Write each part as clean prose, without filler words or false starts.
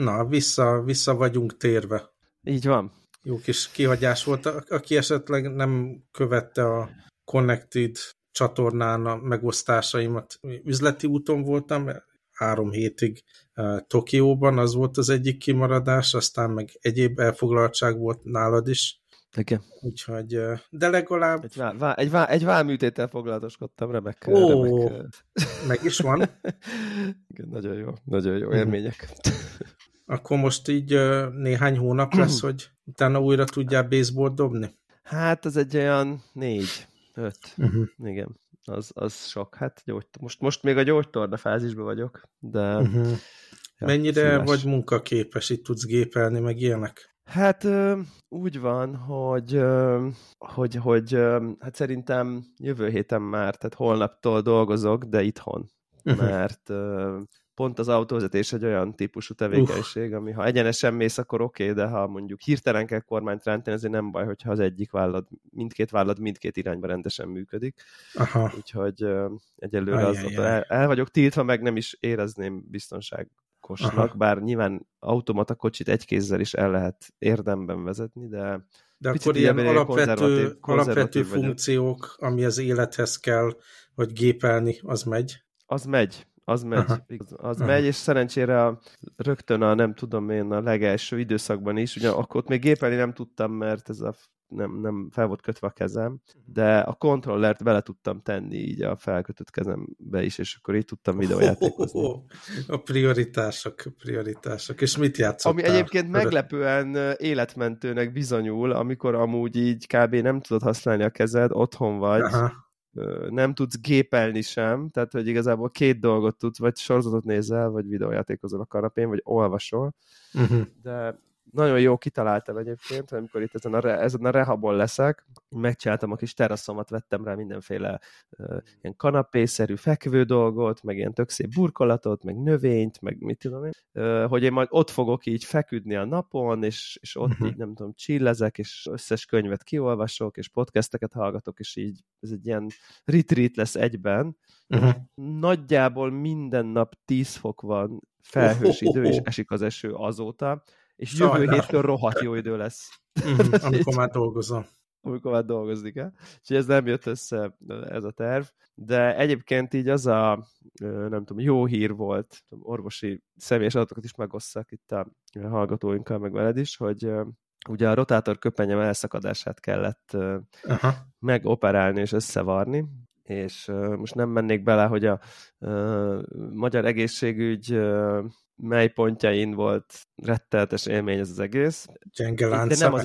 Na, vissza vagyunk térve. Így van. Jó kis kihagyás volt. Aki esetleg nem követte a Connected csatornán a megosztásaimat, üzleti úton voltam, 3 hétig Tokióban, az volt az egyik kimaradás, aztán meg egyéb elfoglaltság volt nálad is. Igen. Úgyhogy, de legalább... Egy vállműtéttel foglalatoskodtam, remek. Meg is van. Igen, nagyon jó élmények. Akkor most így néhány hónap lesz, hogy utána újra tudjál baseball dobni? Hát az egy olyan 4-5. Igen, az sok. Hát most még a gyógytorna fázisban vagyok, de... Ja, mennyire szíves. vagy munkaképes, itt tudsz gépelni, meg ilyenek? Hát úgy van, hogy hát szerintem jövő héten már, tehát holnaptól dolgozok, de itthon. Mert pont az autóvezetés egy olyan típusú tevékenység, ami ha egyenesen mész, akkor oké, de ha mondjuk hirtelen kell kormányt rántani, ezért nem baj, hogyha az egyik vállad, mindkét irányba rendesen működik. Aha. Úgyhogy egyelőre el vagyok tiltva, meg nem is érezném biztonságosnak, bár nyilván automata kocsit egy kézzel is el lehet érdemben vezetni, de akkor ilyen alapvető funkciók, ami az élethez kell, hogy gépelni, az megy? Az megy, megy, és szerencsére rögtön a legelső időszakban is, ugye akkor ott még gépelni nem tudtam, mert ez nem fel volt kötve a kezem, de a kontrollert bele tudtam tenni így a felkötött kezembe is, és akkor így tudtam videójátékozni. A prioritások. És mit játszottál? Ami egyébként meglepően életmentőnek bizonyul, amikor amúgy így kb. Nem tudod használni a kezed, otthon vagy, nem tudsz gépelni sem, tehát hogy igazából 2 dolgot tudsz, vagy sorozatot nézel, vagy videójátékozol a kanapén, vagy olvasol, de nagyon jó kitaláltam egyébként, amikor itt ezen a rehabon leszek, megcsináltam a kis teraszomat, vettem rá mindenféle ilyen kanapészerű fekvő dolgot, meg ilyen tök szép burkolatot, meg növényt, meg mit tudom én, hogy én majd ott fogok így feküdni a napon, és ott így nem tudom, chillezek, és összes könyvet kiolvasok, és podcasteket hallgatok, és így ez egy ilyen retreat lesz egyben. Nagyjából minden nap 10 fok van, felhős idő, és esik az eső azóta, és jövő héttől rohadt jó idő lesz. Amikor már dolgozom. Amikor már dolgozni kell. Úgyhogy ez nem jött össze, ez a terv. De egyébként így az a, nem tudom, jó hír volt, orvosi személyes adatokat is megosszak itt a hallgatóinkkal, meg veled is, hogy ugye a rotátor köpenyem elszakadását kellett megoperálni és összevarni, és most nem mennék bele, hogy a magyar egészségügy mely pontjain volt rettenetes élmény ez az egész. De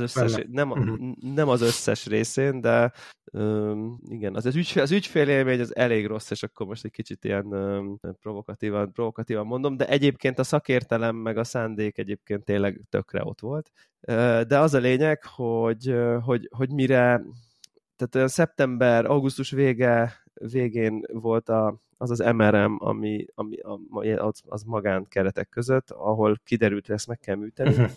nem az összes részén, de igen, az ügyfélélmény az elég rossz, és akkor most egy kicsit ilyen provokatívan mondom, de egyébként a szakértelem meg a szándék egyébként tényleg tökre ott volt. De az a lényeg, hogy mire, tehát augusztus végén volt az MRM, ami az magánkeretek között, ahol kiderült, hogy ezt meg kell műteni.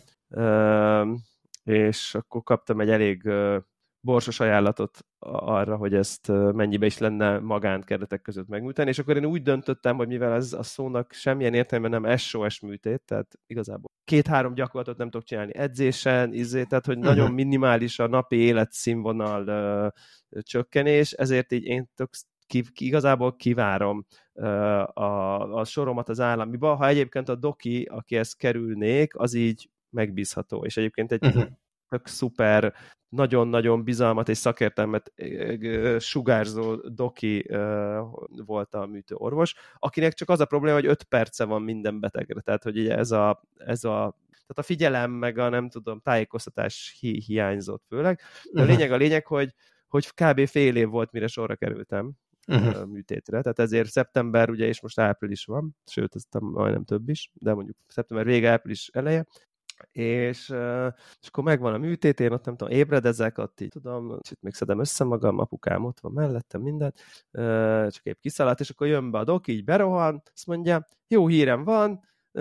És akkor kaptam egy elég borsos ajánlatot arra, hogy ezt mennyibe is lenne magánkeretek között megműteni, és akkor én úgy döntöttem, hogy mivel ez a szónak semmilyen értelme nem SOS műtét, tehát igazából 2-3 gyakorlatot nem tudok csinálni edzésen, tehát hogy nagyon minimális a napi életszínvonal csökkenés, ezért így én igazából kivárom a soromat az államiba. Ha egyébként a doki, akihez kerülnék, az így megbízható. És egyébként egy tök szuper, nagyon-nagyon bizalmat és szakértelmet sugárzó doki volt a műtőorvos, akinek csak az a probléma, hogy 5 perce van minden betegre. Tehát, hogy ugye tehát a figyelem, meg a nem tudom, tájékoztatás hiányzott főleg. De a lényeg, hogy kb. Fél év volt, mire sorra kerültem a műtétre. Tehát ezért szeptember, ugye, és most április van, sőt, ez majdnem több is, de mondjuk szeptember vége, április eleje, és akkor megvan a műtét, én ott nem tudom, ébredezek, ott így tudom, és itt még szedem össze magam, apukám ott van mellettem, mindent, csak épp kiszaladt, és akkor jön be a doki, így berohan, azt mondja, jó hírem van,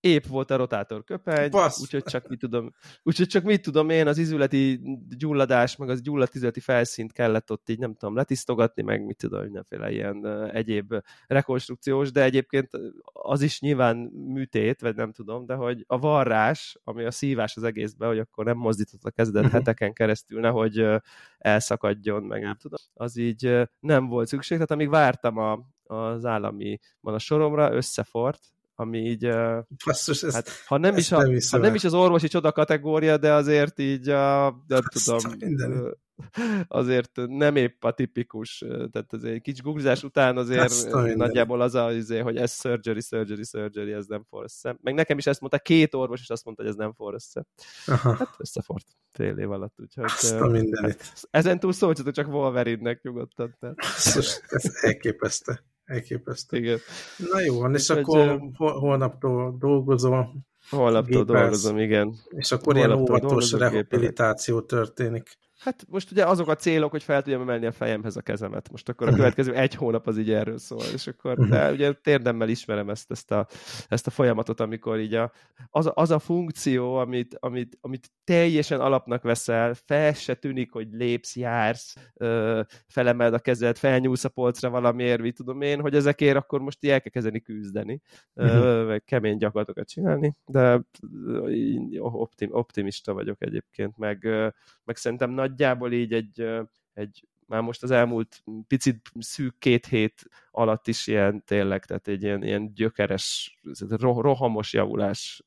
épp volt a rotátor köpeny, úgyhogy csak mit tudom én, az izületi gyulladás, meg az gyulladt izületi felszínt kellett ott így, nem tudom, letisztogatni, meg mit tudom, mindenféle ilyen egyéb rekonstrukciós, de egyébként az is nyilván műtét, vagy nem tudom, de hogy a varrás, ami a szívás az egészben, hogy akkor nem mozdított a kezedet heteken keresztül, nehogy elszakadjon, meg nem tudom, az így nem volt szükség, tehát amíg vártam az állami a soromra, összefort, ami így, Basszus, hát, ha nem is az orvosi csoda kategória, de azért így, nem tudom, azért nem épp a tipikus, tehát azért kicsi googlizás után azért nagyjából az, hogy ez surgery, ez nem for össze. Meg nekem is ezt mondta, 2 orvos is azt mondta, hogy ez nem for össze. Aha. Hát összefort fél év alatt, úgyhogy hát, ezen túl szóltsatok csak Wolverine-nek nyugodtan. Ez elképesztő. Igen. Na jó van, és akkor holnaptól dolgozol. Holnaptól dolgozom, igen. És akkor ilyen óvatos rehabilitáció történik. Hát most ugye azok a célok, hogy fel tudjam emelni a fejemhez a kezemet. Most akkor a következő 1 hónap az így erről szól, és akkor de ugye térdemmel ismerem ezt a folyamatot, amikor így az a funkció, amit teljesen alapnak veszel, fel se tűnik, hogy lépsz, jársz, felemeld a kezed, felnyúlsz a polcra valamiért, mit tudom én, hogy ezekért akkor most így el kell kezdeni küzdeni, meg kemény gyakorlatokat csinálni, de optimista vagyok egyébként, meg szerintem nagyjából így egy már most az elmúlt picit szűk 2 hét alatt is ilyen tényleg, tehát egy ilyen gyökeres, rohamos javulás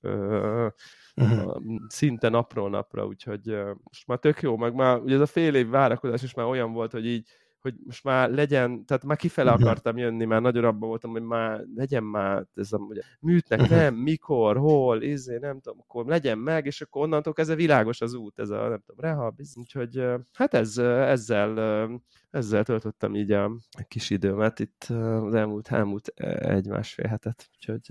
szinte napról napra, úgyhogy most már tök jó, meg már ugye ez a fél év várakozás is már olyan volt, hogy így hogy most már legyen, tehát már kifele akartam jönni, már nagyon abban voltam, hogy már legyen már ez a műtnek, nem, mikor, hol, nem tudom, akkor legyen meg, és akkor onnantól kezdve világos az út, ez a, nem tudom, rehab, úgyhogy hát ezzel töltöttem így a kis időmet itt az elmúlt 1-1,5 hetet, úgyhogy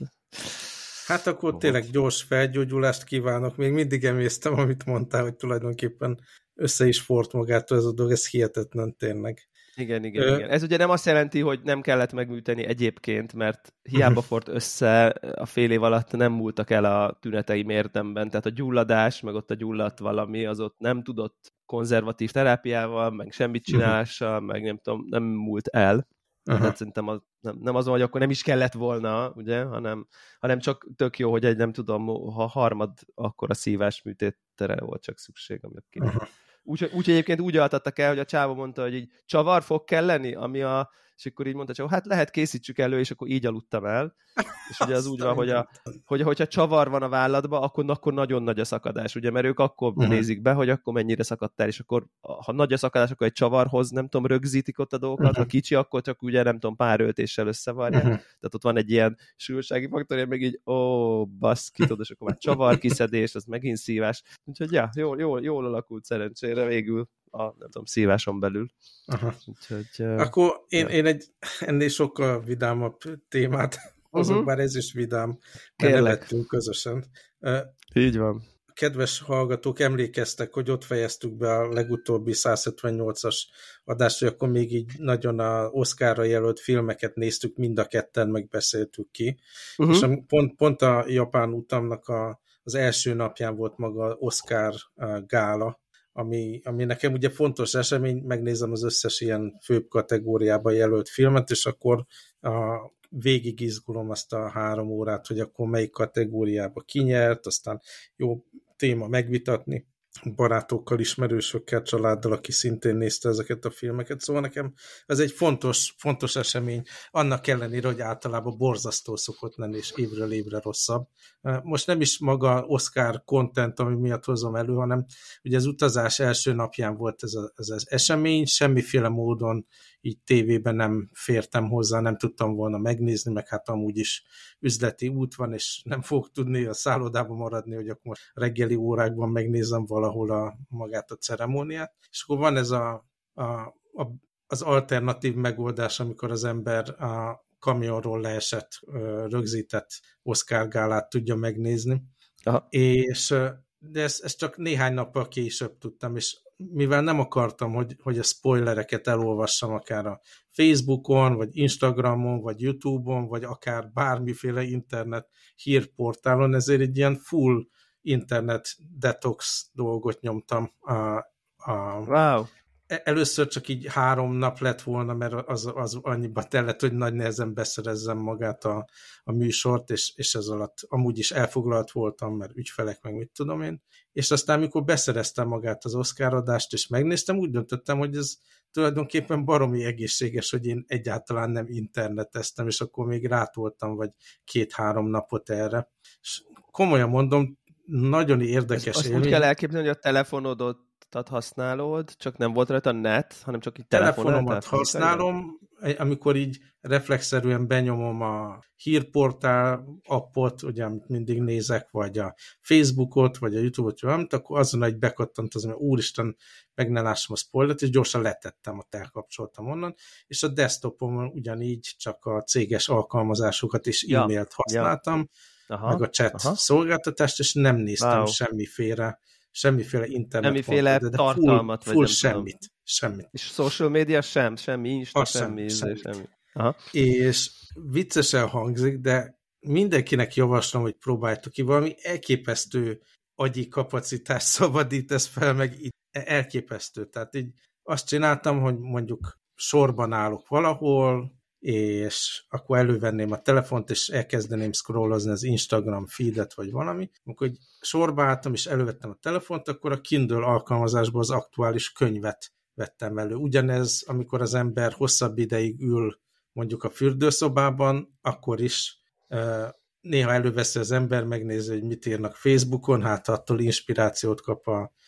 hát akkor tényleg gyors felgyógyulást kívánok, még mindig emésztem, amit mondtál, hogy tulajdonképpen össze is fort magától ez a dolog, ez hihetetlen tényleg. Igen. Ez ugye nem azt jelenti, hogy nem kellett megműteni egyébként, mert hiába fort össze, a fél év alatt nem múltak el a tüneteim érdemben, tehát a gyulladás, meg ott a gyulladt valami, az ott nem tudott konzervatív terápiával, meg semmit csinálással, meg nem tudom, nem múlt el. Tehát szerintem nem az van, hogy akkor nem is kellett volna, ugye, hanem csak tök jó, hogy nem tudom, ha harmad, akkor a szívás műtétre volt csak szükség, amit kéne. Úgyhogy egyébként úgy altattak el, hogy a csávó mondta, hogy így csavarfog kell lenni, és akkor így mondta, hogy hát lehet, készítsük elő, és akkor így aludtam el. És ugye az úgy van, hogyha csavar van a válladban, akkor nagyon nagy a szakadás, ugye, mert ők akkor nézik be, hogy akkor mennyire szakadtál, és akkor ha nagy a szakadás, akkor egy csavarhoz, nem tudom, rögzítik ott a dolgokat, ha kicsi, akkor csak ugye, nem tudom, pár öltéssel összevarják. Tehát ott van egy ilyen súlyossági faktor, meg így, baszki, tudod, és akkor már csavar kiszedés, az megint szívás. Úgyhogy ja, jól alakult szerencsére végül nem tudom, szíváson belül. Úgyhogy, akkor én egy ennél sokkal vidámabb témát hozok, bár ez is vidám, mert nevettünk közösen. Így van. Kedves hallgatók, emlékeztek, hogy ott fejeztük be a legutóbbi 158-as adást, hogy akkor még így nagyon a Oscarra jelölt filmeket néztük, mind a ketten megbeszéltük ki. És pont a japán utamnak az első napján volt maga Oscar gála, ami nekem ugye fontos esemény, megnézem az összes ilyen főbb kategóriában jelölt filmet, és akkor végig izgulom azt a 3 órát, hogy akkor melyik kategóriába kinyert, aztán jó téma megvitatni barátokkal, ismerősökkel, családdal, aki szintén nézte ezeket a filmeket. Szóval nekem ez egy fontos esemény, annak ellenére, hogy általában borzasztó szokott lenni, és évről évre rosszabb. Most nem is maga Oscar content, ami miatt hozom elő, hanem ugye az utazás első napján volt ez az esemény, semmiféle módon így tévében nem fértem hozzá, nem tudtam volna megnézni, meg hát amúgy is üzleti út van, és nem fogok tudni a szállodában maradni, hogy akkor reggeli órákban megnézem valahol magát a ceremóniát. És akkor van ez az alternatív megoldás, amikor az ember a kamionról leesett, rögzített Oscar gálát tudja megnézni. De ezt csak néhány nappal később tudtam, és mivel nem akartam, hogy a spoilereket elolvassam akár a Facebookon, vagy Instagramon, vagy YouTube-on, vagy akár bármiféle internet hírportálon, ezért egy ilyen full internet detox dolgot nyomtam. Wow. Először csak így 3 nap lett volna, mert az annyiba tellett, hogy nagy nehezen beszerezzem magát a műsort, és ez alatt amúgy is elfoglalt voltam, mert ügyfelek meg mit tudom én. És aztán, amikor beszereztem magát az Oscar-adást, és megnéztem, úgy döntöttem, hogy ez tulajdonképpen baromi egészséges, hogy én egyáltalán nem interneteztem, és akkor még rátoltam, vagy 2-3 napot erre. És komolyan mondom, nagyon érdekes azt élmény. úgy kell elképzelni, hogy a telefonodot használod, csak nem volt rajta net, hanem csak így telefonomat használom, amikor így reflexzerűen benyomom a hírportál appot, ugye mindig nézek, vagy a Facebookot, vagy a YouTube-ot, vagy valamit, akkor azon egy bekattantozom, hogy úristen, meg ne lássam a spoilert, és gyorsan letettem, ott elkapcsoltam onnan, és a desktopon ugyanígy csak a céges alkalmazásokat és e-mailt használtam, meg a chat szolgáltatást, és nem néztem semmiféle internet de tartalmat, full semmit. És social media semmi Insta, semmi. Aha. És viccesen hangzik, de mindenkinek javaslom, hogy próbáljátok ki, valami elképesztő agyi kapacitást szabadít ez fel, meg elképesztő. Tehát így azt csináltam, hogy mondjuk sorban állok valahol, és akkor elővenném a telefont, és elkezdeném scrollozni az Instagram feedet, vagy valami. Amikor sorba álltam, és elővettem a telefont, akkor a Kindle alkalmazásból az aktuális könyvet vettem elő. Ugyanez, amikor az ember hosszabb ideig ül mondjuk a fürdőszobában, akkor is néha előveszi az ember, megnézi, hogy mit írnak Facebookon, hát attól inspirációt kap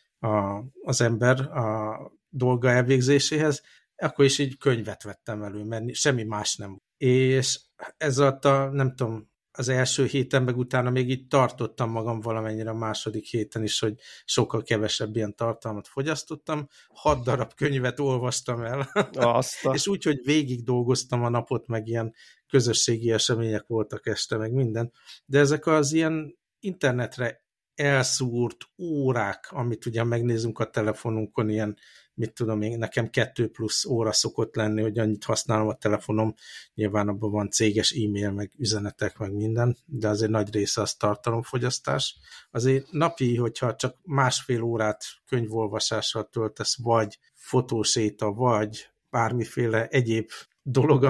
az ember a dolga elvégzéséhez, akkor is így könyvet vettem elő, mert semmi más nem. És ez alatt nem tudom, az első héten, meg utána még így tartottam magam valamennyire a második héten is, hogy sokkal kevesebb ilyen tartalmat fogyasztottam. 6 darab könyvet olvastam el. És úgy, hogy végig dolgoztam a napot, meg ilyen közösségi események voltak este, meg minden. De ezek az ilyen internetre elszúrt órák, amit ugye megnézünk a telefonunkon, ilyen, mit tudom én, nekem 2+ óra szokott lenni, hogy annyit használom a telefonom, nyilván abban van céges e-mail, meg üzenetek, meg minden, de azért nagy része az tartalomfogyasztás. Azért napi, hogyha csak 1,5 órát könyvolvasással töltesz, vagy fotóséta, vagy bármiféle egyéb dolog,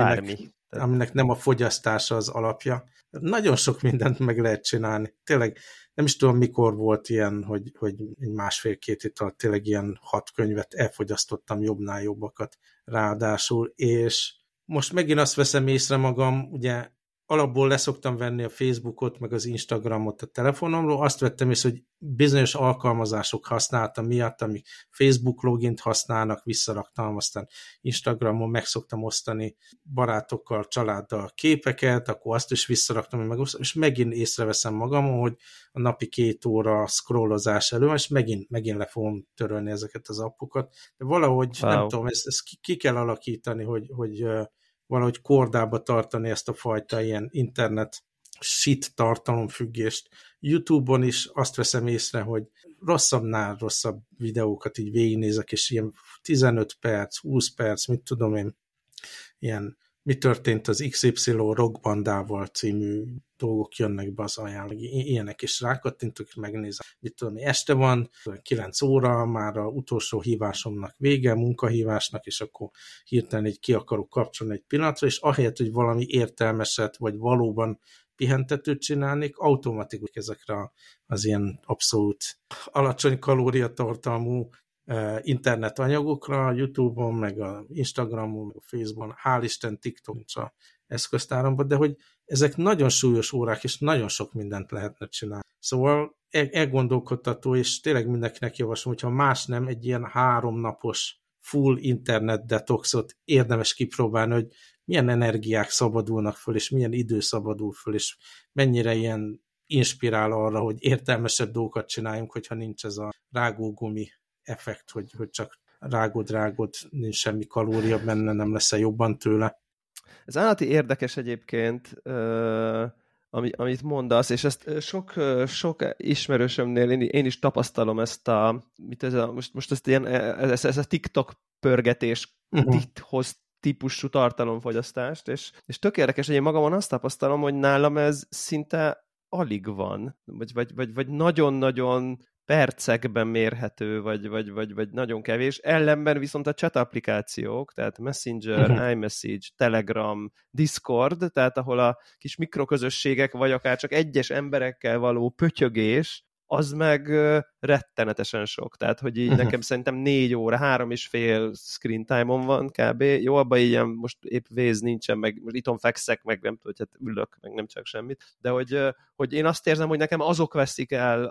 aminek nem a fogyasztása az alapja. Nagyon sok mindent meg lehet csinálni. Tényleg nem is tudom, mikor volt ilyen, hogy 1,5-2 hét alatt tényleg ilyen 6 könyvet elfogyasztottam, jobbnál jobbakat ráadásul, és most megint azt veszem észre magam, ugye alapból leszoktam venni a Facebookot, meg az Instagramot a telefonomról, azt vettem észre, hogy bizonyos alkalmazások használtam miatt, amik Facebook logint használnak, visszaraktam, aztán Instagramon meg szoktam osztani barátokkal, családdal képeket, akkor azt is visszaraktam, megosztom, és megint észreveszem magam, hogy a napi 2 óra scrollozás elő, és megint le fogom törölni ezeket az appokat. De valahogy, nem tudom, ezt ki kell alakítani, hogy valahogy kordába tartani ezt a fajta ilyen internet shit tartalomfüggést. YouTube-on is azt veszem észre, hogy rosszabbnál rosszabb videókat így végignézek, és ilyen 15 perc, 20 perc, mit tudom én, ilyen mi történt az XY rockbandával című dolgok jönnek be az ajánlók. Ilyenek is rákattintok, és megnézem. Mit tudom, este van, 9 óra, már az utolsó hívásomnak vége, munkahívásnak, és akkor hirtelen így ki akarok kapcsolni egy pillanatra, és ahelyett, hogy valami értelmeset, vagy valóban pihentetőt csinálnék, automatikus ezekre az ilyen abszolút alacsony kalóriatartalmú internetanyagokra, YouTube-on, meg a Instagramon, meg a Facebookon, hál' Isten TikTok a eszköztáramban, de hogy ezek nagyon súlyos órák, és nagyon sok mindent lehetne csinálni. Szóval elgondolkodtató, és tényleg mindenkinek javaslom, hogyha más nem, egy ilyen 3 napos full internet detoxot érdemes kipróbálni, hogy milyen energiák szabadulnak föl, és milyen idő szabadul föl, és mennyire ilyen inspirál arra, hogy értelmesebb dolgokat csináljunk, hogyha nincs ez a rágógumi effekt, hogy csak rágod, nincs semmi kalória benne, nem lesz-e jobban tőle. Ez állati érdekes egyébként, amit mondasz, és ezt sok ismerősömnél én is tapasztalom ezt most ezt ilyen, ez a TikTok pörgetés hoz típusú tartalomfogyasztást, és tök érdekes, hogy én magamon azt tapasztalom, hogy nálam ez szinte alig van, vagy nagyon-nagyon percekben mérhető, vagy nagyon kevés. Ellenben viszont a chat applikációk, tehát Messenger, iMessage, Telegram, Discord, tehát ahol a kis mikroközösségek, vagy akár csak egyes emberekkel való pötyögés, az meg rettenetesen sok. Tehát, hogy így nekem szerintem 4 óra, 3,5 screen time-on van kb. Jó, abban így most épp véz nincsen, meg most itthon fekszek, meg nem tudom, hogy hát ülök, meg nem csak semmit. De hogy én azt érzem, hogy nekem azok veszik el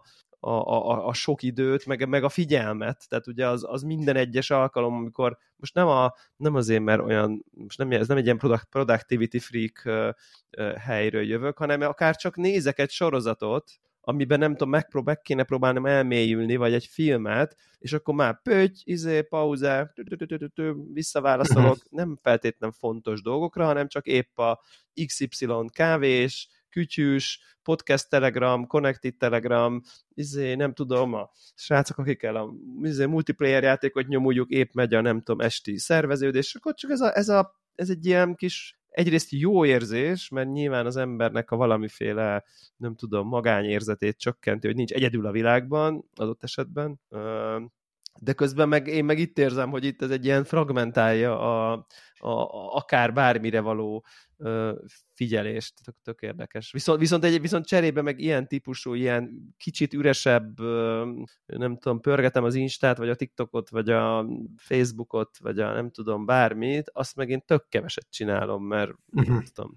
a sok időt, meg a figyelmet. Tehát ugye az minden egyes alkalom, amikor most nem azért, mert olyan, most ez nem egy ilyen productivity freak helyről jövök, hanem akár csak nézek egy sorozatot, amiben nem tudom, meg kéne próbálnom elmélyülni, vagy egy filmet, és akkor már pauze, visszaválaszolok, nem feltétlenül fontos dolgokra, hanem csak épp a XY kávés, kütyűs, podcast Telegram, Connected Telegram, nem tudom, a srácok, akikkel a multiplayer játékot nyomuljuk, épp megy a nem tudom, esti szerveződés, akkor csak ez egy ilyen kis egyrészt jó érzés, mert nyilván az embernek a valamiféle, nem tudom, magányérzetét csökkenti, hogy nincs egyedül a világban, adott esetben, de közben én meg itt érzem, hogy itt ez egy ilyen fragmentálja akár bármire való figyelést, tök érdekes. Viszont cserébe meg ilyen típusú, ilyen kicsit üresebb, nem tudom, pörgetem az Instát, vagy a TikTokot, vagy a Facebookot, vagy a nem tudom, bármit, azt meg én tök keveset csinálom, mert nem tudom.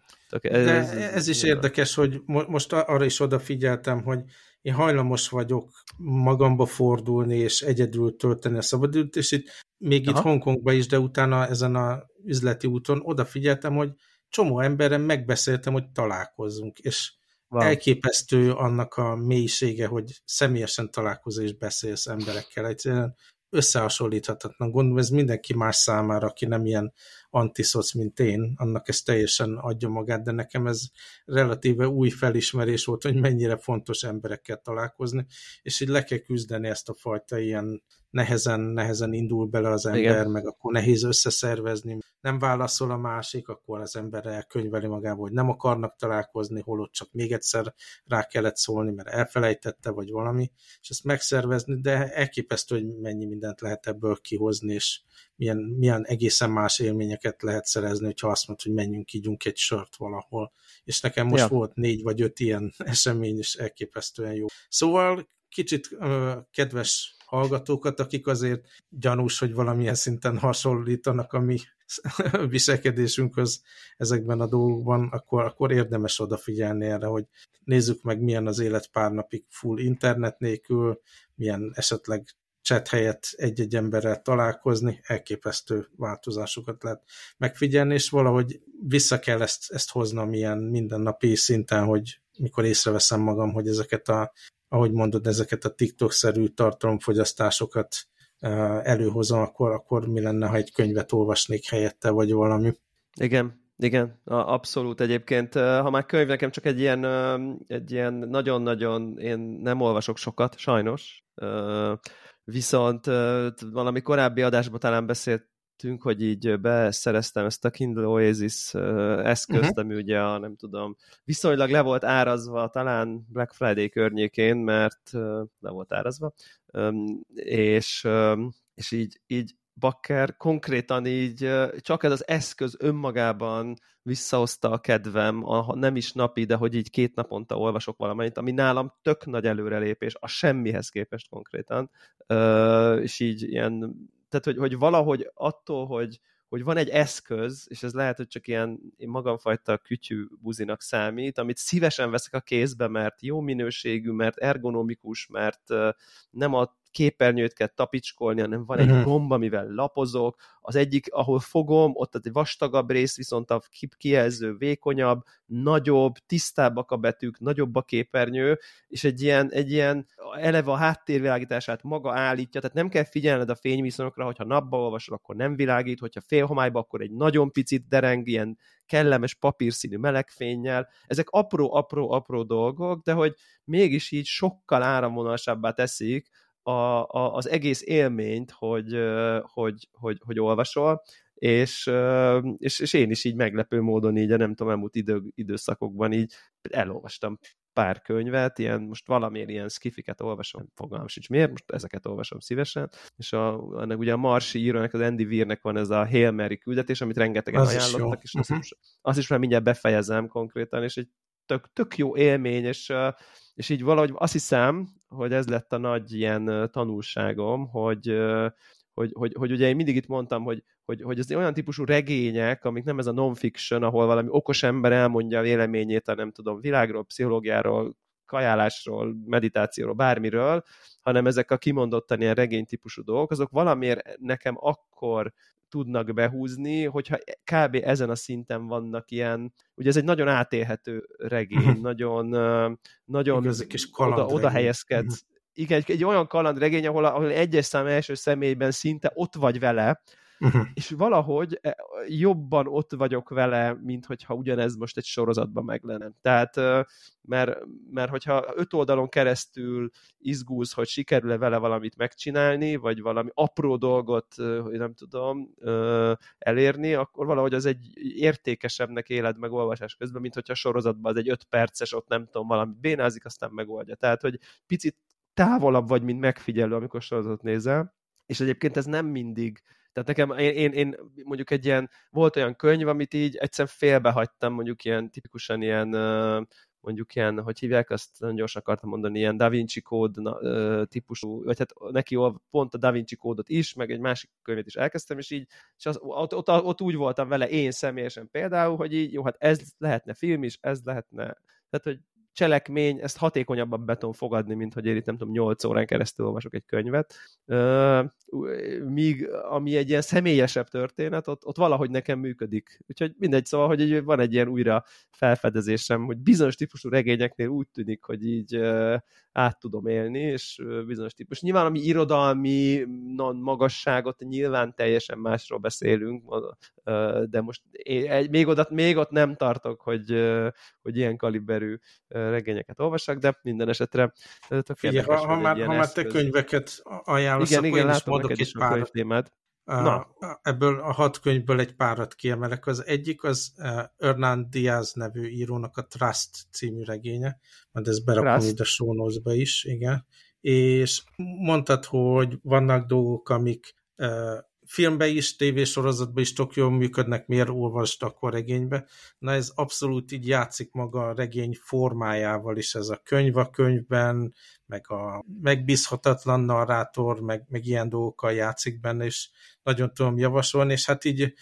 Ez is érdekes, hogy most arra is odafigyeltem, hogy én hajlamos vagyok magamba fordulni, és egyedül tölteni a szabadidőt, és még itt Hongkongban is, de utána ezen a üzleti úton odafigyeltem, hogy csomó emberrel megbeszéltem, hogy találkozzunk, és elképesztő annak a mélysége, hogy személyesen találkozol és beszélsz emberekkel. Egyszerűen összehasonlíthatatlan. Gondolom, ez mindenki más számára, aki nem ilyen antiszoc, mint én, annak ez teljesen adja magát, de nekem ez relatíve új felismerés volt, hogy mennyire fontos emberekkel találkozni, és így le kell küzdeni ezt a fajta ilyen nehezen indul bele az ember, igen, meg akkor nehéz összeszervezni. Nem válaszol a másik, akkor az ember elkönyveli magába, hogy nem akarnak találkozni, holott csak még egyszer rá kellett szólni, mert elfelejtette, vagy valami, és ezt megszervezni, de elképesztő, hogy mennyi mindent lehet ebből kihozni, és milyen egészen más élményeket lehet szerezni, hogyha azt mondod, hogy menjünk, ígyunk egy sört valahol. És nekem most volt 4 vagy 5 ilyen esemény, és elképesztően jó. Szóval kicsit kedves hallgatókat, akik azért gyanús, hogy valamilyen szinten hasonlítanak a mi viselkedésünkhöz ezekben a dolgokban, akkor érdemes odafigyelni erre, hogy nézzük meg, milyen az élet pár napig full internet nélkül, milyen esetleg chat helyett egy-egy emberrel találkozni, elképesztő változásokat lehet megfigyelni, és valahogy vissza kell ezt hoznom ilyen mindennapi szinten, hogy mikor észreveszem magam, hogy ahogy mondod, ezeket a TikTok-szerű tartalomfogyasztásokat előhozom, akkor mi lenne, ha egy könyvet olvasnék helyette, vagy valami. Igen, abszolút egyébként. Ha már könyv, nekem csak egy ilyen nagyon-nagyon, én nem olvasok sokat, sajnos. Viszont valami korábbi adásban talán beszéltünk, hogy így beszereztem ezt a Kindle Oasis eszközt, ami ugye nem tudom, viszonylag le volt árazva talán Black Friday környékén, mert le volt árazva, és így bakker konkrétan így csak ez az eszköz önmagában visszahozta a kedvem, nem is napi, de hogy így 2 naponta olvasok valamit, ami nálam tök nagy előrelépés, a semmihez képest konkrétan, és így ilyen, tehát hogy valahogy attól, hogy van egy eszköz, és ez lehet, hogy csak ilyen magamfajta kütyű buzinak számít, amit szívesen veszek a kézbe, mert jó minőségű, mert ergonomikus, mert nem a képernyőt kell tapicskolni, hanem van egy gomb, amivel lapozok, az egyik, ahol fogom, ott egy vastagabb rész, viszont a kijelző vékonyabb, nagyobb, tisztábbak a betűk, nagyobb a képernyő, és egy ilyen eleve a háttérvilágítását maga állítja, tehát nem kell figyelned a fényviszonyokra, hogyha napba olvasol, akkor nem világít, hogyha félhomályba, akkor egy nagyon picit dereng, ilyen kellemes papírszínű melegfénnyel. Ezek apró dolgok, de hogy mégis így sokkal áramvonalasabbá teszik az egész élményt, hogy olvasol, és én is így meglepő módon így, nem tudom, elmúlt időszakokban így elolvastam pár könyvet, most valamiért ilyen skifiket olvasom, fogalmam sincs miért, most ezeket olvasom szívesen, és ennek ugye a Marsi írónak, az Andy Weirnek van ez a Hail Mary küldetés, amit rengetegen ajánlottak, és azt is már mindjárt befejezem konkrétan, és egy tök jó élmény, és így valahogy azt hiszem, hogy ez lett a nagy ilyen tanulságom, hogy ugye én mindig itt mondtam, hogy ez olyan típusú regények, amik nem ez a non-fiction, ahol valami okos ember elmondja a véleményét a nem tudom, világról, pszichológiáról, kajálásról, meditációról, bármiről, hanem ezek a kimondottan ilyen regénytípusú dolgok, azok valamiért nekem akkor tudnak behúzni, hogyha kb. Ezen a szinten vannak ilyen, ugye ez egy nagyon átélhető regény, nagyon oda helyezkedsz. Igen, egy olyan kalandregény, ahol egyes szám első személyben szinte ott vagy vele, és valahogy jobban ott vagyok vele, mint hogyha ugyanez most egy sorozatban meg lenne. Tehát, mert hogyha 5 oldalon keresztül izgulsz, hogy sikerül-e vele valamit megcsinálni, vagy valami apró dolgot, hogy nem tudom, elérni, akkor valahogy az egy értékesebbnek éled meg olvasás közben, mint hogyha a sorozatban az egy 5 perces, ott nem tudom, valami bénázik, aztán megoldja. Tehát, hogy picit távolabb vagy, mint megfigyelő, amikor sorozatot nézel, és egyébként ez nem mindig, tehát nekem, én mondjuk volt olyan könyv, amit így egyszerűen félbehagytam, mondjuk ilyen tipikusan ilyen, mondjuk ilyen, hogy hívják, azt nagyon gyorsan akartam mondani, ilyen Da Vinci Code típusú, vagy hát neki pont a Da Vinci Code-ot is, meg egy másik könyvet is elkezdtem, és ott úgy voltam vele én személyesen például, hogy így, jó, hát ez lehetne film is, ez lehetne, tehát, hogy cselekmény, ezt hatékonyabban be tudom fogadni, mint hogy én itt nem tudom, 8 órán keresztül olvasok egy könyvet. Míg ami egy ilyen személyesebb történet, ott valahogy nekem működik. Úgyhogy mindegy, szóval, hogy van egy ilyen újra felfedezésem, hogy bizonyos típusú regényeknél úgy tűnik, hogy így át tudom élni, és bizonyos típus. Nyilván, ami irodalmi magasságot, nyilván teljesen másról beszélünk, de most még ott nem tartok, hogy ilyen kaliberű regényeket olvassak, de minden esetre figyelj, ha már te könyveket ajánlasz, igen, akkor én is mondok egy párat. Ebből a 6 könyvből egy párat kiemelek. Az egyik az Hernán Diaz nevű írónak a Trust című regénye, majd ezt berakom ide a show notes-ba is, igen. És mondtad, hogy vannak dolgok, amik filmbe is, tévésorozatban is tök jól működnek, miért olvasd akkor regénybe. Na ez abszolút így játszik maga a regény formájával is, ez a könyv a könyvben, meg a megbízhatatlan narrátor, meg ilyen dolgokkal játszik benne, és nagyon tudom javasolni, és hát így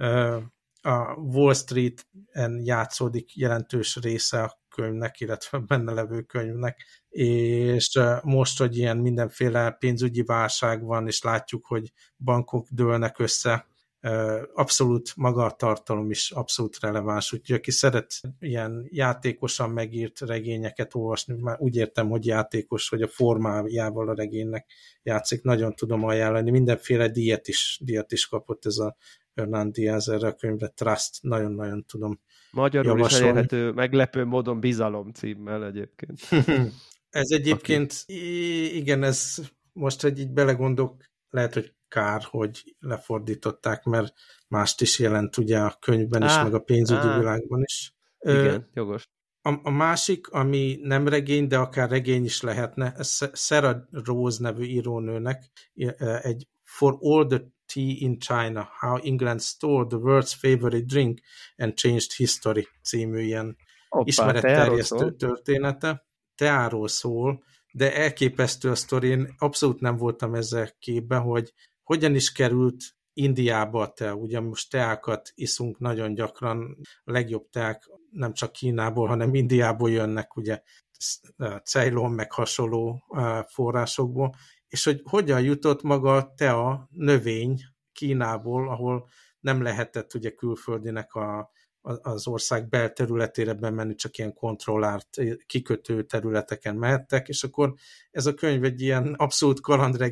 a Wall Street-en játszódik jelentős része a könyvnek, illetve benne levő könyvnek, és most, hogy ilyen mindenféle pénzügyi válság van, és látjuk, hogy bankok dőlnek össze, abszolút maga a tartalom is abszolút releváns, úgyhogy aki szeret ilyen játékosan megírt regényeket olvasni, már úgy értem, hogy játékos, hogy a formájával a regénynek játszik, nagyon tudom ajánlani, mindenféle díjat is kapott ez a Hernán Diaz erre a könyvre, Trust, nagyon-nagyon tudom magyarul javasolni. Is elérhető, meglepő módon Bizalom címmel egyébként. Ez egyébként, igen, ez most, hogy így belegondolok, lehet, hogy kár, hogy lefordították, mert mást is jelent ugye a könyvben is, meg a pénzügyi világban is. Igen, jogos. A másik, ami nem regény, de akár regény is lehetne, Sarah Rose nevű írónőnek egy For All the Tea in China, How England Stole the World's Favorite Drink and Changed History című ilyen ismeretterjesztő története. Teáról szól, de elképesztő a sztori. Én abszolút nem voltam ezzel képben, hogy hogyan is került Indiába a tea. Ugye most teákat iszunk nagyon gyakran, a legjobb teák nem csak Kínából, hanem Indiából jönnek, ugye Ceylon meg hasonló forrásokból, és hogy hogyan jutott maga a tea növény Kínából, ahol nem lehetett ugye külföldinek az ország belterületére bemenni, csak ilyen kontrollált kikötő területeken mehettek, és akkor ez a könyv egy ilyen abszolút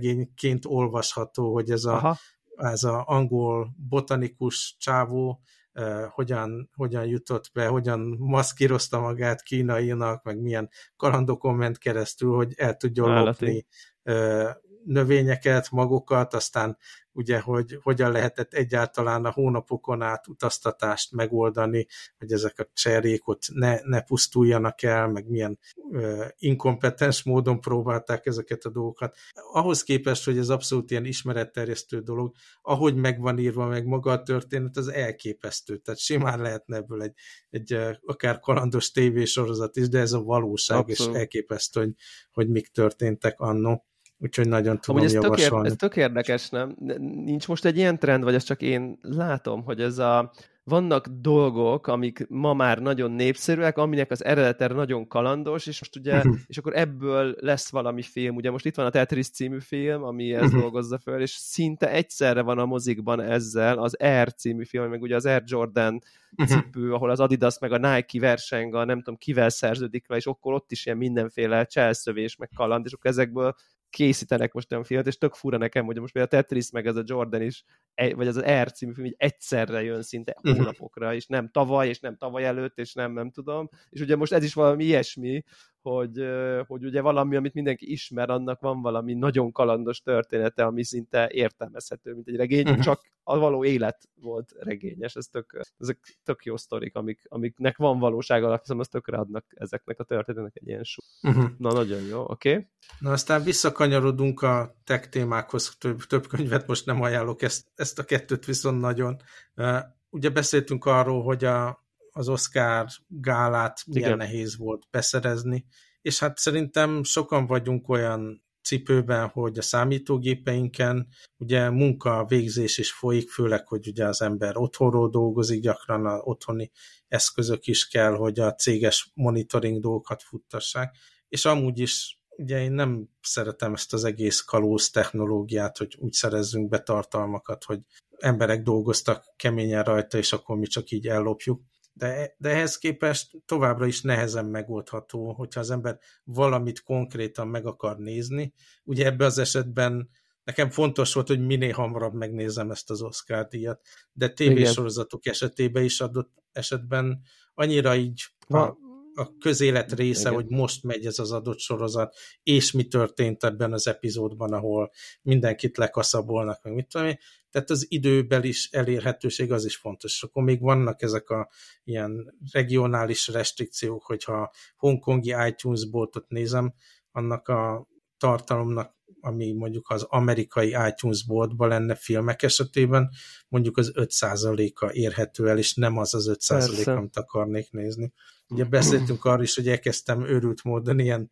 kalandregényként olvasható, hogy ez a angol botanikus csávó hogyan jutott be, hogyan maszkírozta magát kínainak, meg milyen kalandokon ment keresztül, hogy el tudjon lopni növényeket, magokat, aztán ugye, hogy hogyan lehetett egyáltalán a hónapokon át utaztatást megoldani, hogy ezek a cserjék ott ne pusztuljanak el, meg milyen inkompetens módon próbálták ezeket a dolgokat. Ahhoz képest, hogy ez abszolút ilyen ismeretterjesztő dolog, ahogy meg van írva meg maga a történet, az elképesztő. Tehát simán lehetne ebből egy akár kalandos tévésorozat is, de ez a valóság, abszolút. És elképesztő, hogy mik történtek anno. Úgyhogy nagyon tudom javasolni. Ez tök érdekes, nem? Nincs most egy ilyen trend, vagy ezt csak én látom, hogy vannak dolgok, amik ma már nagyon népszerűek, aminek az eredete nagyon kalandos, és most ugye, és akkor ebből lesz valami film. Ugye most itt van a Tetris című film, ami ezt dolgozza föl, és szinte egyszerre van a mozikban ezzel az Air című film, meg ugye az Air Jordan cipő, ahol az Adidas meg a Nike verseng, nem tudom kivel szerződik le, és akkor ott is ilyen mindenféle cselszövés, meg kaland, és akkor ezekből készítenek most olyan filmet, és tök fura nekem, hogy most például a Tetris meg ez a Jordan is, vagy ez az Air című film így egyszerre jön szinte hónapokra, és nem tavaly, és nem tavaly előtt, és nem tudom. És ugye most ez is valami ilyesmi, hogy ugye valami, amit mindenki ismer, annak van valami nagyon kalandos története, ami szinte értelmezhető, mint egy regény, csak a való élet volt regényes. Ezek tök jó sztorik, amiknek van valóság alap, hiszem, az tökre adnak ezeknek a történetek egy ilyen Na, nagyon jó, oké. Na, aztán visszakanyarodunk a tech témákhoz, több könyvet most nem ajánlok, ezt a kettőt viszont nagyon. Ugye beszéltünk arról, hogy az Oscar gálát milyen nehéz volt beszerezni, és hát szerintem sokan vagyunk olyan cipőben, hogy a számítógépeinken ugye munkavégzés is folyik, főleg, hogy ugye az ember otthonról dolgozik, gyakran az otthoni eszközök is kell, hogy a céges monitoring dolgokat futtassák, és amúgy is ugye én nem szeretem ezt az egész kalóz technológiát, hogy úgy szerezzünk be tartalmakat, hogy emberek dolgoztak keményen rajta, és akkor mi csak így ellopjuk. De ehhez képest továbbra is nehezen megoldható, hogyha az ember valamit konkrétan meg akar nézni. Ugye ebben az esetben nekem fontos volt, hogy minél hamarabb megnézem ezt az Oscar-díjat, de tévésorozatok esetében is adott esetben annyira így a közélet része, hogy most megy ez az adott sorozat, és mi történt ebben az epizódban, ahol mindenkit lekaszabolnak, meg mit tudom én. Tehát az időbeli is elérhetőség az is fontos. És akkor még vannak ezek a ilyen regionális restrikciók, hogyha hongkongi iTunes boltot nézem, annak a tartalomnak, ami mondjuk az amerikai iTunes boltban lenne filmek esetében, mondjuk az 5%-a érhető el, és nem az 5%, amit akarnék nézni. Ugye beszéltünk arról is, hogy elkezdtem őrült módon ilyen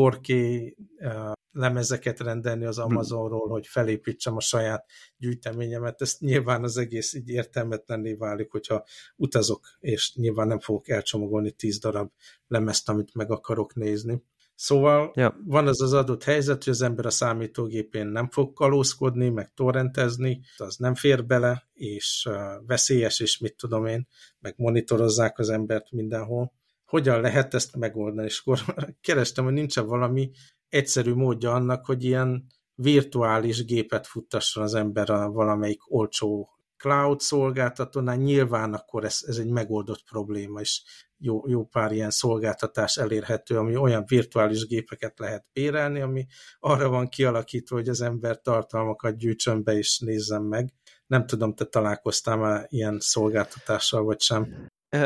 4K lemezeket rendelni az Amazonról, hogy felépítsem a saját gyűjteményemet. Ezt nyilván az egész így értelmetlenné válik, hogyha utazok, és nyilván nem fogok elcsomagolni 10 darab lemezt, amit meg akarok nézni. Szóval van az adott helyzet, hogy az ember a számítógépén nem fog kalózkodni, meg torrentezni, az nem fér bele, és veszélyes, és mit tudom én, meg monitorozzák az embert mindenhol. Hogyan lehet ezt megoldani? És akkor kerestem, hogy nincsen valami egyszerű módja annak, hogy ilyen virtuális gépet futtasson az ember a valamelyik olcsó cloud szolgáltatónál. Nyilván akkor ez egy megoldott probléma, és jó pár ilyen szolgáltatás elérhető, ami olyan virtuális gépeket lehet bérelni, ami arra van kialakítva, hogy az ember tartalmakat gyűjtsön be és nézzen meg. Nem tudom, te találkoztál már ilyen szolgáltatással, vagy sem?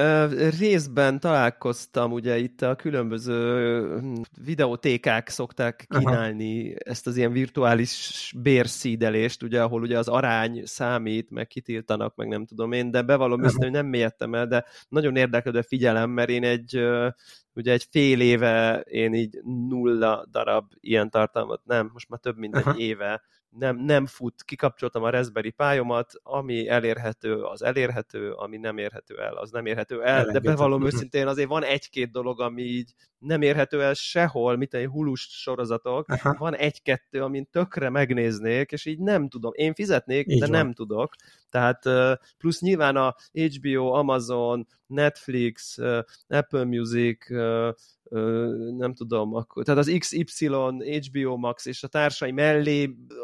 Részben találkoztam, ugye itt a különböző videótékák szokták kínálni ezt az ilyen virtuális bérszídelést, ugye, ahol ugye az arány számít, meg kitiltanak, meg nem tudom én, de bevallom őszintén, hogy nem mélyedtem el, de nagyon érdeklődve figyelem, mert én ugye egy fél éve én így 0 darab ilyen tartalmat, most már több mint egy éve nem fut, kikapcsoltam a Raspberry Pi-omat, ami elérhető, az elérhető, ami nem érhető el, az nem érhető el, de bevallom őszintén azért van egy-két dolog, ami így nem érhető el sehol, mint egy Hulu sorozatok, van egy-kettő, amin tökre megnéznék, és így nem tudom, én fizetnék, így de van. Nem tudok, tehát plusz nyilván a HBO, Amazon, Netflix, Apple Music, nem tudom, tehát az XY, HBO Max és a társai mellé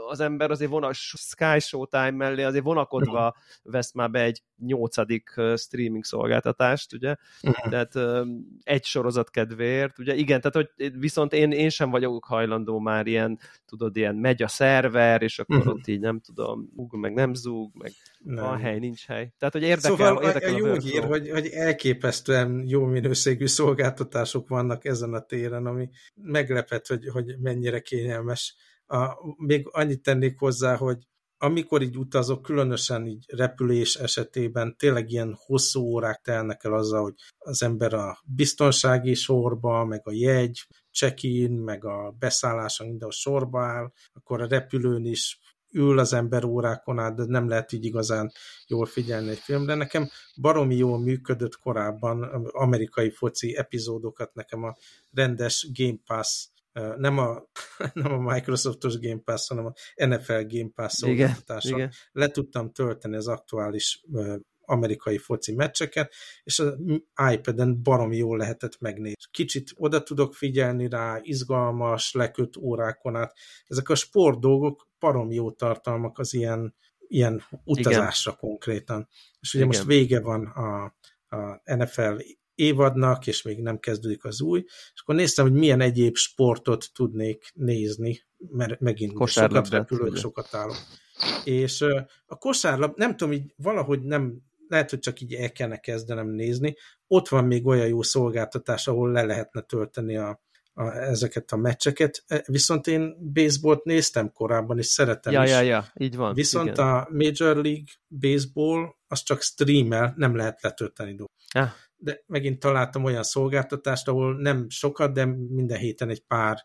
az ember azért Sky Showtime mellé azért vonakodva vesz már be egy 8. streaming szolgáltatást, ugye? Tehát egy sorozat kedvéért, ugye? Igen, tehát hogy viszont én sem vagyok hajlandó már ilyen, tudod, ilyen megy a szerver, és akkor ott így nem tudom, zúg, meg nem zúg, meg van hely, nincs hely. Tehát, hogy érdekel, szóval érdekel a jó hír, hogy elképesztően jó minőségű szolgáltatások vannak ezen a téren, ami meglepett, hogy mennyire kényelmes. Még annyit tennék hozzá, hogy amikor így utazok, különösen így repülés esetében tényleg ilyen hosszú órák telnek el azzal, hogy az ember a biztonsági sorba, meg a jegy, check-in, meg a beszálláson mindenhol sorba áll, akkor a repülőn is ül az ember órákon át, de nem lehet így igazán jól figyelni egy filmre. Nekem baromi jól működött korábban amerikai foci epizódokat, nekem a rendes Game Pass, nem a Microsoftos Game Pass, hanem a NFL Game Pass szolgáltatáson. Le tudtam tölteni az aktuális amerikai foci meccseket, és az iPad-en baromi jól lehetett megnézni. Kicsit oda tudok figyelni rá, izgalmas, leköt órákon át. Ezek a sport dolgok baromi jó tartalmak az ilyen utazásra konkrétan. És ugye most vége van a NFL évadnak, és még nem kezdődik az új, és akkor néztem, hogy milyen egyéb sportot tudnék nézni, mert megint sokat repülök, sokat állok. És a kosárlab, nem tudom, így valahogy nem, lehet, hogy csak így el kellene kezdenem nézni, ott van még olyan jó szolgáltatás, ahol le lehetne tölteni ezeket a meccseket, viszont én baseballt néztem korábban, és szeretem is. Így van. Viszont igen. A Major League Baseball, az csak streamel, nem lehet letölteni dolgokat. De megint találtam olyan szolgáltatást, ahol nem sokat, de minden héten egy pár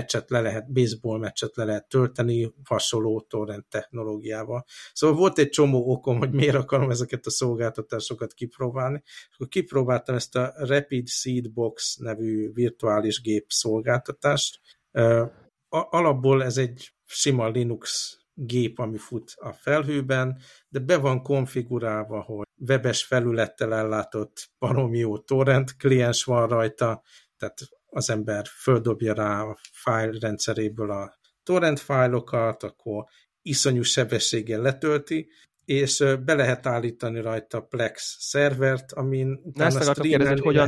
baseball meccset le lehet tölteni hasonló torrent technológiával. Szóval volt egy csomó okom, hogy miért akarom ezeket a szolgáltatásokat kipróbálni. Akkor kipróbáltam ezt a Rapid Seed Box nevű virtuális gép szolgáltatást. Alapból ez egy sima Linux gép, ami fut a felhőben, de be van konfigurálva, hogy webes felülettel ellátott baromi jó torrent kliens van rajta, tehát az ember földobja rá a file rendszeréből a torrent fájlokat, akkor iszonyú sebességgel letölti, és be lehet állítani rajta Plex szervert, amin utána ezt akartam kérdezni, hogy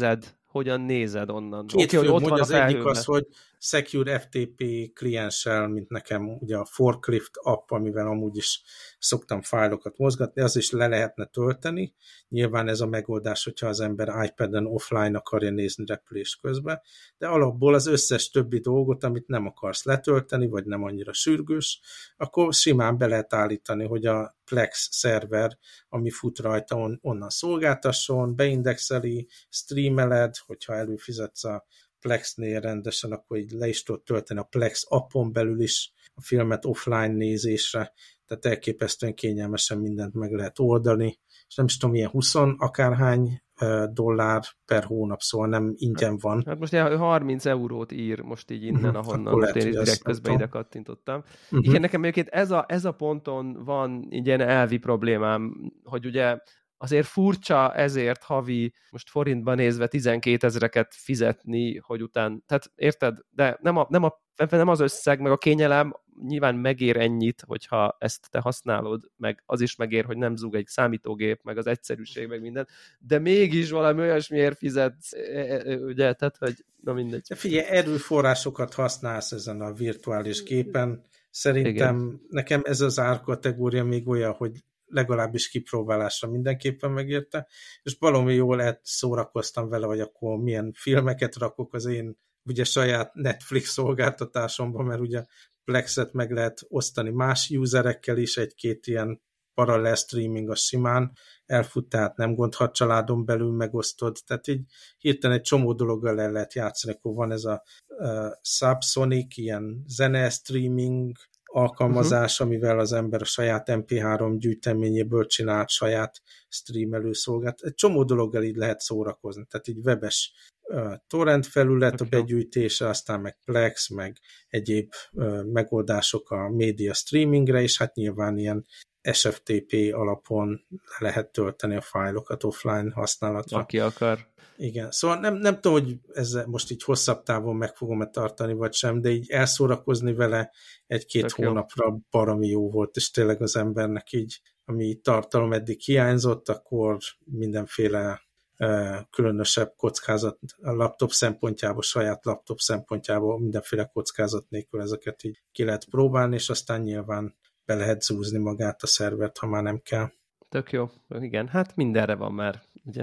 hogyan nézed onnan? Két fő mód, az egyik az, hogy Secure FTP klienssel, mint nekem ugye a Forklift app, amivel amúgy is szoktam fájlokat mozgatni, az is le lehetne tölteni. Nyilván ez a megoldás, hogyha az ember iPad-en offline akarja nézni repülés közben, de alapból az összes többi dolgot, amit nem akarsz letölteni, vagy nem annyira sürgős, akkor simán be lehet állítani, hogy a Plex szerver, ami fut rajta, onnan szolgáltasson, beindexeli, streameled, hogyha előfizetsz a Plexnél rendesen, akkor így le is tudod tölteni a Plex appon belül is a filmet offline nézésre, tehát elképesztően kényelmesen mindent meg lehet oldani, és nem is tudom, ilyen 20 akárhány dollár per hónap, szóval nem ingyen van. Hát most 30 eurót ír most így innen, ahonnan most én direkt közben ide kattintottam. Igen, nekem egyébként ez a ponton van ilyen elvi problémám, hogy ugye azért furcsa ezért havi, most forintban nézve 12 000-eket fizetni, hogy után, tehát érted? De nem az összeg, meg a kényelem nyilván megér ennyit, hogyha ezt te használod, meg az is megér, hogy nem zúg egy számítógép, meg az egyszerűség, meg minden, de mégis valami olyasmiért fizetsz, ugye, tehát, hogy na mindegy. De figyelj, erőforrásokat használsz ezen a virtuális gépen, szerintem nekem ez az árkategória még olyan, hogy legalábbis kipróbálásra mindenképpen megérte, és valami jól szórakoztam vele, hogy akkor milyen filmeket rakok az én ugye saját Netflix szolgáltatásomban, mert ugye Plexet meg lehet osztani más userekkel is, egy-két ilyen paralel streaming a simán elfut, tehát nem gond, ha családon belül megosztod, tehát így hirtelen egy csomó dologgal el lehet játszani, akkor van ez a Subsonic, ilyen zene streaming alkalmazás, amivel az ember a saját MP3 gyűjteményéből csinált saját streamelő szolgált. Egy csomó dologgal így lehet szórakozni, tehát így webes torrent felület a begyűjtése, aztán meg Plex, meg egyéb megoldások a média streamingre, és hát nyilván ilyen SFTP alapon lehet tölteni a fájlokat offline használatra. Aki akar. Igen, szóval nem tudom, hogy ezzel most így hosszabb távon meg fogom-e tartani, vagy sem, de így elszórakozni vele egy-két hónapra baromi jó volt, és tényleg az embernek így, ami tartalom eddig hiányzott, akkor mindenféle különösebb kockázat a laptop szempontjából, saját laptop szempontjából mindenféle kockázat nélkül ezeket így ki lehet próbálni, és aztán nyilván be lehet zúzni magát a szervert, ha már nem kell. Tök jó. Igen, hát mindenre van már, ugye?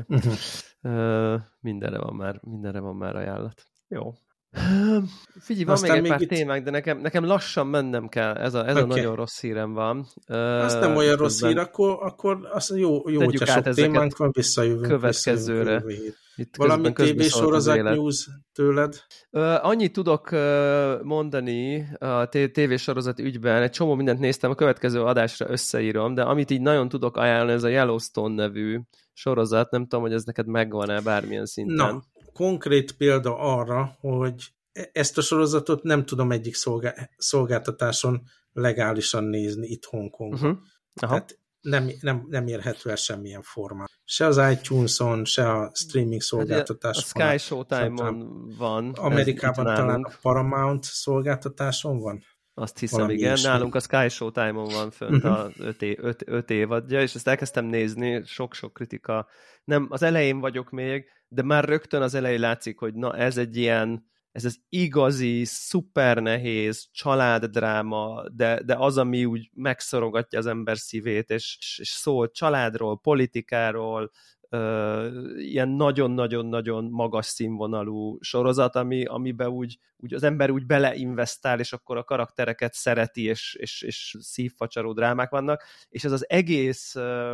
Mindenre van már ajánlat. Jó. Figyelj, van még egy pár témák, de nekem lassan mennem kell. Ez a nagyon rossz hírem van. Az nem olyan rossz hír, akkor az jó hogyha sok témánk van, visszajövünk. Következőre. Valami tévésorozat news tőled? Annyit tudok mondani a tévésorozat ügyben, egy csomó mindent néztem, a következő adásra összeírom, de amit így nagyon tudok ajánlani, ez a Yellowstone nevű sorozat, nem tudom, hogy ez neked megvan-e bármilyen szinten. Na, konkrét példa arra, hogy ezt a sorozatot nem tudom egyik szolgáltatáson legálisan nézni itt Hongkongban. Tehát nem érhető el semmilyen formán. Se az iTunes-on, se a streaming szolgáltatáson. A Sky Showtime-on van. Amerikában talán a Paramount szolgáltatáson van? Azt hiszem, valami igen. Nálunk a Sky Showtime-on van fönt a 5 évadja, és ezt elkezdtem nézni, sok-sok kritika. Nem, az elején vagyok még, de már rögtön az elején látszik, hogy na ez egy ilyen, ez az igazi, szuper nehéz családdráma, de az, ami úgy megszorogatja az ember szívét, és szól családról, politikáról, ilyen nagyon-nagyon-nagyon magas színvonalú sorozat, amiben úgy az ember úgy beleinvestál, és akkor a karaktereket szereti, és szívfacsaró drámák vannak, és ez az egész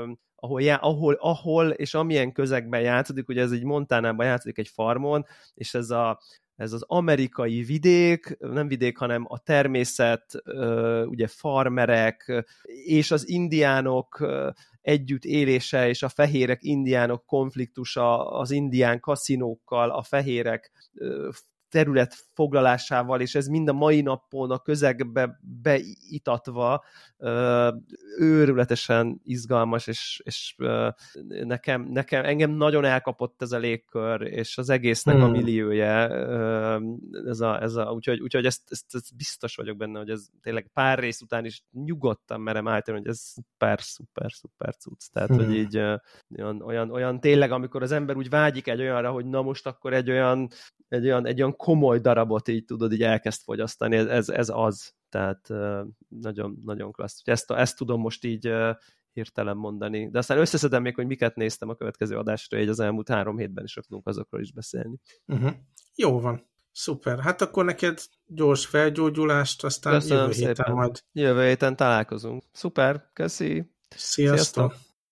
ahol és amilyen közegben játszódik, ugye ez egy Montanában játszódik egy farmon, és ez az amerikai vidék, nem vidék, hanem a természet, ugye farmerek, és az indiánok együtt élése, és a fehérek indiánok konfliktusa az indián kaszinókkal, a fehérek terület foglalásával, és ez mind a mai napon a közegbe beitatva őrületesen izgalmas, és engem nagyon elkapott ez a légkör, és az egésznek a milliója, úgyhogy ezt biztos vagyok benne, hogy ez tényleg pár rész után is nyugodtan merem állítani, hogy ez szuper cucc. Tehát, hogy így olyan tényleg, amikor az ember úgy vágyik egy olyanra, hogy na most akkor egy olyan komoly darabot így tudod, így elkezd fogyasztani, ez az. Tehát nagyon, nagyon klassz. Ezt tudom most így hirtelen mondani. De aztán összeszedem még, hogy miket néztem a következő adásra, így az elmúlt 3 hétben is tudunk azokról is beszélni. Jó van. Szuper. Hát akkor neked gyors felgyógyulást, aztán köszönöm jövő héten szépen. majd. Jövő héten találkozunk. Szuper, köszi. Sziasztok.